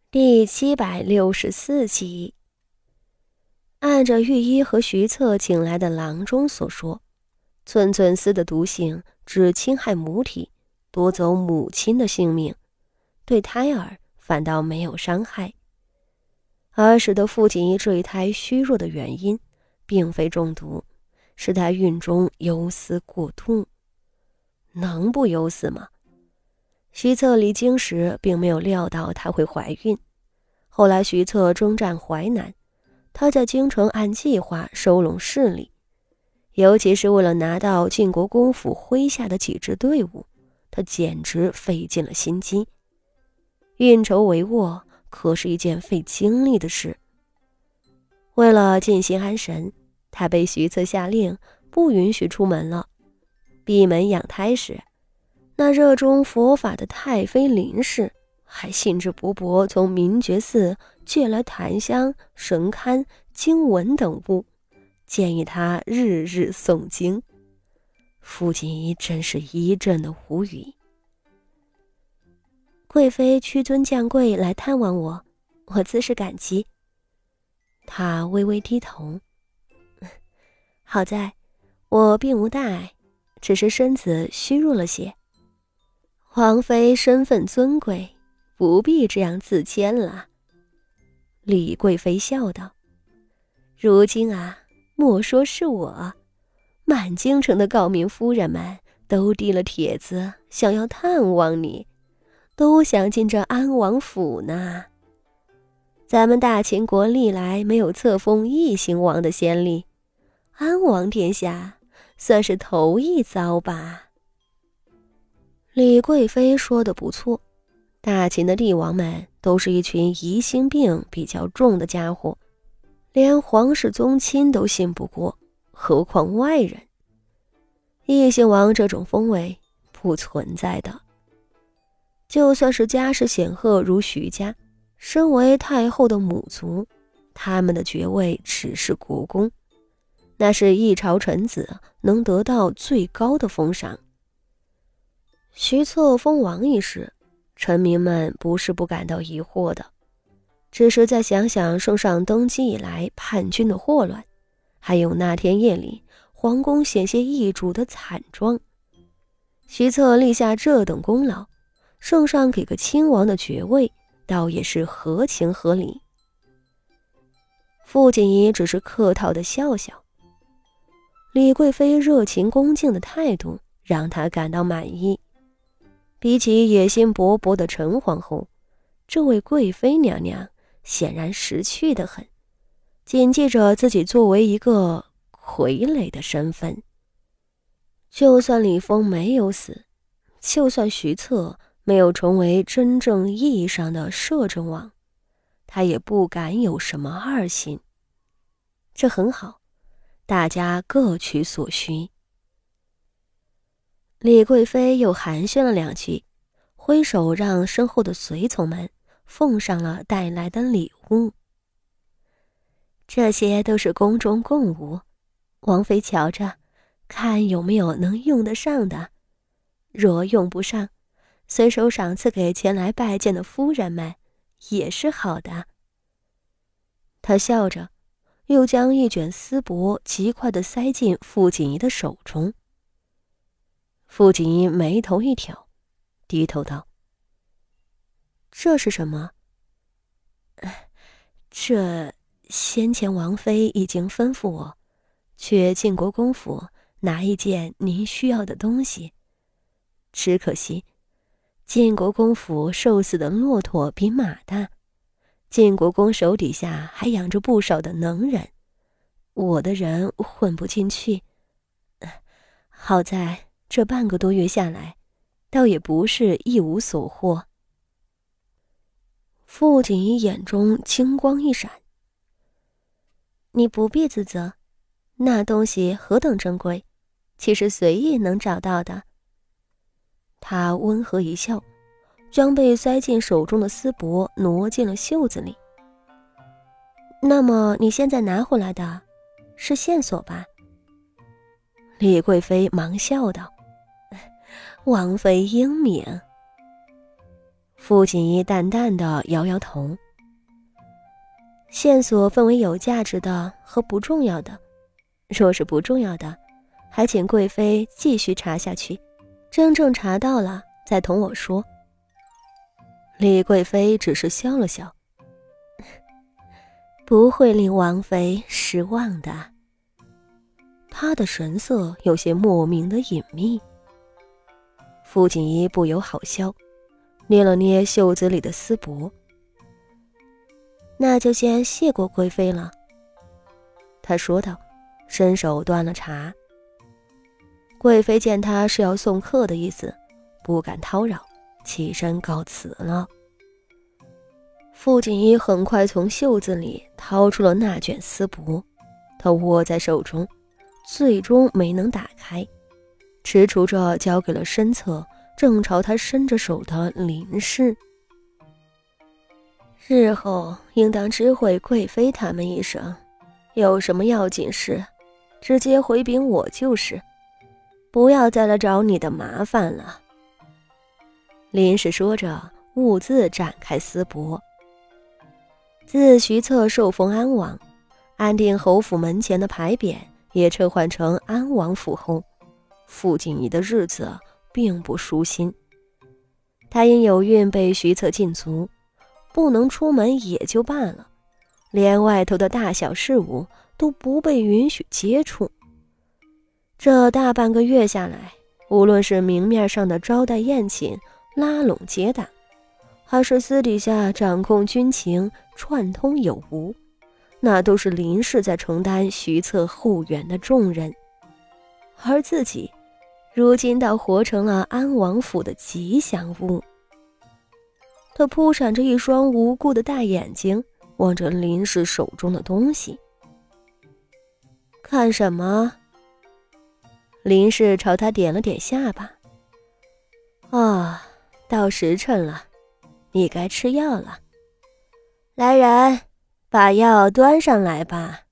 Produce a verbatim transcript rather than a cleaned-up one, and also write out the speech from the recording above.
第七百六十四集。按着御医和徐策请来的郎中所说，寸寸丝的毒性只侵害母体，夺走母亲的性命，对胎儿反倒没有伤害。而使得傅锦衣坠胎虚弱的原因，并非中毒，是他孕中忧思过度。能不忧思吗？徐策离京时并没有料到她会怀孕，后来徐策征战淮南，他在京城按计划收拢势力，尤其是为了拿到晋国公府麾下的几支队伍，他简直费尽了心机。运筹帷幄可是一件费精力的事。为了尽心安神，他被徐策下令不允许出门了。闭门养胎时，那热衷佛法的太妃林氏还兴致勃勃从明觉寺借来檀香、神龛、经文等物，建议他日日诵经。傅锦衣真是一阵的无语。贵妃屈尊降贵来探望我，我自是感激。他微微低头，好在我并无大碍，只是身子虚弱了些。皇妃身份尊贵，不必这样自谦了。李贵妃笑道，如今啊，莫说是我，满京城的诰命夫人们都递了帖子，想要探望你，都想进这安王府呢。咱们大秦国历来没有册封异姓王的先例，安王殿下算是头一遭吧。李贵妃说的不错，大秦的帝王们都是一群疑心病比较重的家伙，连皇室宗亲都信不过，何况外人。异姓王这种风味不存在的。就算是家世显赫如徐家，身为太后的母族，他们的爵位只是国公，那是一朝臣子能得到最高的封赏。徐策封王一事，臣民们不是不感到疑惑的，只是再想想圣上登基以来叛军的祸乱，还有那天夜里皇宫险些易主的惨状，徐策立下这等功劳，圣上给个亲王的爵位，倒也是合情合理。傅锦衣只是客套的笑笑，李贵妃热情恭敬的态度让他感到满意。比起野心勃勃的陈皇后，这位贵妃娘娘显然识趣得很，谨记着自己作为一个傀儡的身份。就算李丰没有死，就算徐策没有成为真正意义上的摄政王，他也不敢有什么二心。这很好，大家各取所需。李贵妃又寒暄了两句，挥手让身后的随从们奉上了带来的礼物。这些都是宫中贡物，王妃瞧着，看有没有能用得上的，若用不上，随手赏赐给前来拜见的夫人们也是好的。他笑着，又将一卷丝帛极快地塞进傅锦衣的手中。傅锦衣眉头一挑，低头道，这是什么？这先前王妃已经吩咐我去晋国公府拿一件您需要的东西，只可惜晋国公府瘦死的骆驼比马大，晋国公手底下还养着不少的能人，我的人混不进去。好在这半个多月下来，倒也不是一无所获。傅锦衣眼中青光一闪，你不必自责，那东西何等珍贵，岂是随意能找到的。他温和一笑，将被塞进手中的丝帛挪进了袖子里。那么你现在拿回来的是线索吧？李贵妃忙笑道，王妃英明。 傅锦衣淡淡的摇摇头。线索分为有价值的和不重要的，若是不重要的，还请贵妃继续查下去，真正查到了再同我说。李贵妃只是笑了笑，不会令王妃失望的。她的神色有些莫名的隐秘。傅锦衣不由好笑，捏了捏袖子里的丝帛。那就先谢过贵妃了，他说道，伸手端了茶。贵妃见他是要送客的意思，不敢叨扰，起身告辞了。傅锦衣很快从袖子里掏出了那卷丝帛，他握在手中，最终没能打开，踟蹰着交给了身侧正朝他伸着手的林氏。日后应当知会贵妃他们一声，有什么要紧事，直接回禀我就是，不要再来找你的麻烦了。林氏说着，兀自展开丝帛。自徐策受封安王，安定侯府门前的牌匾也撤换成安王府后，傅锦衣的日子并不舒心。他因有孕被徐策禁足，不能出门也就罢了，连外头的大小事务都不被允许接触。这大半个月下来，无论是明面上的招待宴请、拉拢结党，还是私底下掌控军情、串通有无，那都是林氏在承担徐策后援的重任。而自己如今倒活成了安王府的吉祥物。他扑闪着一双无辜的大眼睛，望着林氏手中的东西。看什么？林氏朝他点了点下巴。啊，到时辰了，你该吃药了。来人，把药端上来吧。